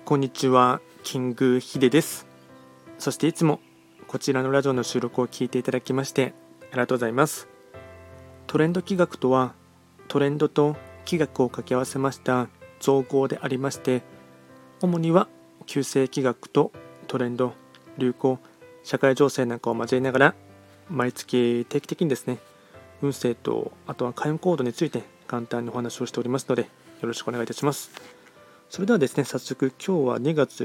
こんにちは、キングヒデです。そしていつもこちらのラジオの収録を聞いていただきましてありがとうございます。トレンド企画とは、トレンドと企画を掛け合わせました造語でありまして、主には旧世企画とトレンド、流行、社会情勢なんかを交えながら、毎月定期的にですね、運勢とあとは開運行動について簡単にお話をしておりますので、よろしくお願いいたします。それではですね、早速今日は2月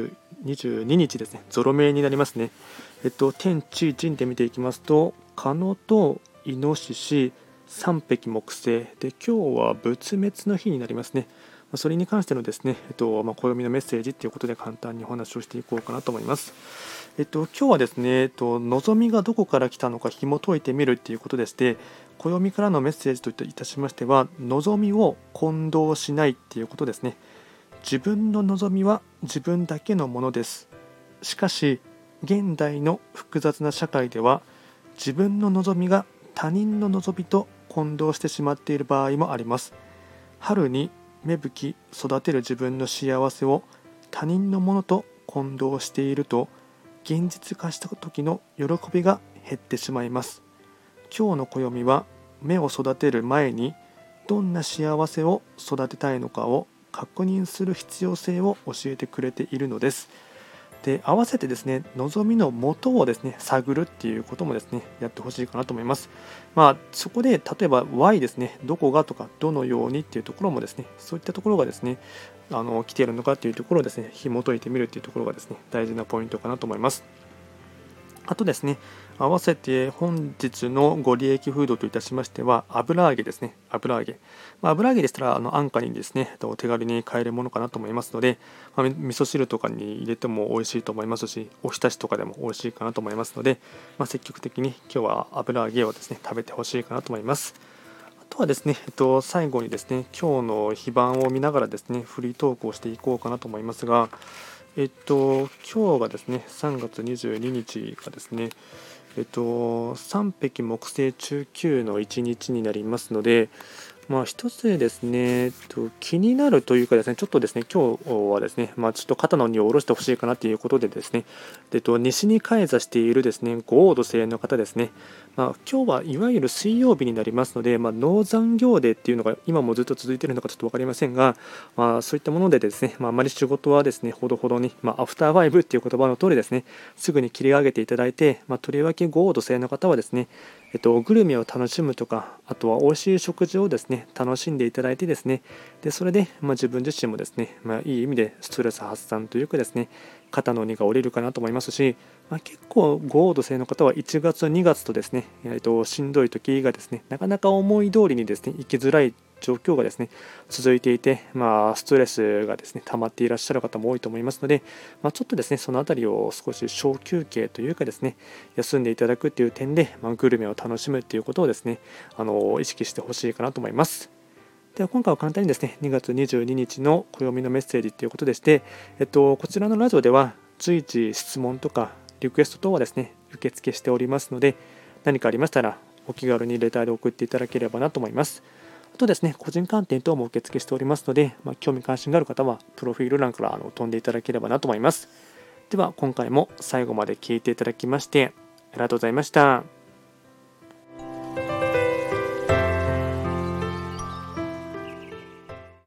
22日ですね、ゾロ目になりますね。天地人で見ていきますと、カノとイノシシ、三匹木星で、今日は仏滅の日になりますね。それに関してのですね、暦のメッセージということで簡単にお話をしていこうかなと思います。今日はですね、望みがどこから来たのか紐解いてみるということでして、暦からのメッセージといたしましては、望みを混同しないということですね。自分の望みは自分だけのものです。しかし、現代の複雑な社会では、自分の望みが他人の望みと混同してしまっている場合もあります。春に芽吹き育てる自分の幸せを他人のものと混同していると、現実化した時の喜びが減ってしまいます。今日の暦は、芽を育てる前にどんな幸せを育てたいのかを確認する必要性を教えてくれているのです。で、合わせてですね、望みの元をですね、探るっていうこともですね、やってほしいかなと思います。そこで、例えば Y ですね、どこがとか、どのようにっていうところもですね、そういったところがですね、来ているのかっていうところをですね、紐解いてみるっていうところがですね、大事なポイントかなと思います。あとですね、合わせて本日のご利益フードといたしましては、油揚げですね。油揚げ。油揚げでしたら、安価にですね、手軽に買えるものかなと思いますので、味噌汁とかに入れても美味しいと思いますし、おひたしとかでも美味しいかなと思いますので、積極的に今日は油揚げをですね、食べてほしいかなと思います。あとはですね、最後にですね、今日の非番を見ながらですね、フリートークをしていこうかなと思いますが、今日がですね、3月22日がですね、3匹木星中級の1日になりますので、一つですね、気になるというかですね、ちょっとですね、今日はですね、ちょっと肩の荷を下ろしてほしいかなということでですね、西に開座しているですね、五黄土星の方ですね、今日はいわゆる水曜日になりますので、農山行デーっていうのが今もずっと続いているのかちょっと分かりませんが、そういったものでですね、あまり仕事はですね、ほどほどに、アフターファイブっていう言葉の通りですね、すぐに切り上げていただいて、とりわけ五黄土星の方はですね、グルメを楽しむとか、あとは美味しい食事をですね、楽しんでいただいてですね、でそれで、自分自身もですね、いい意味でストレス発散というかですね、肩の荷が下りるかなと思いますし、結構ゴールド星の方は1月2月とですね、しんどい時がですね、なかなか思い通りにですね、生きづらい状況がですね続いていて、ストレスがですね溜まっていらっしゃる方も多いと思いますので、ちょっとですねそのあたりを少し小休憩というかですね、休んでいただくという点で、グルメを楽しむということをですね意識してほしいかなと思います。では今回は簡単にですね2月22日の暦のメッセージということでして、こちらのラジオでは随時質問とかリクエスト等はですね受付しておりますので、何かありましたらお気軽にレターで送っていただければなと思います。あとですね、個人鑑定等も受付しておりますので、興味関心がある方はプロフィール欄から飛んでいただければなと思います。では今回も最後まで聞いていただきましてありがとうございました。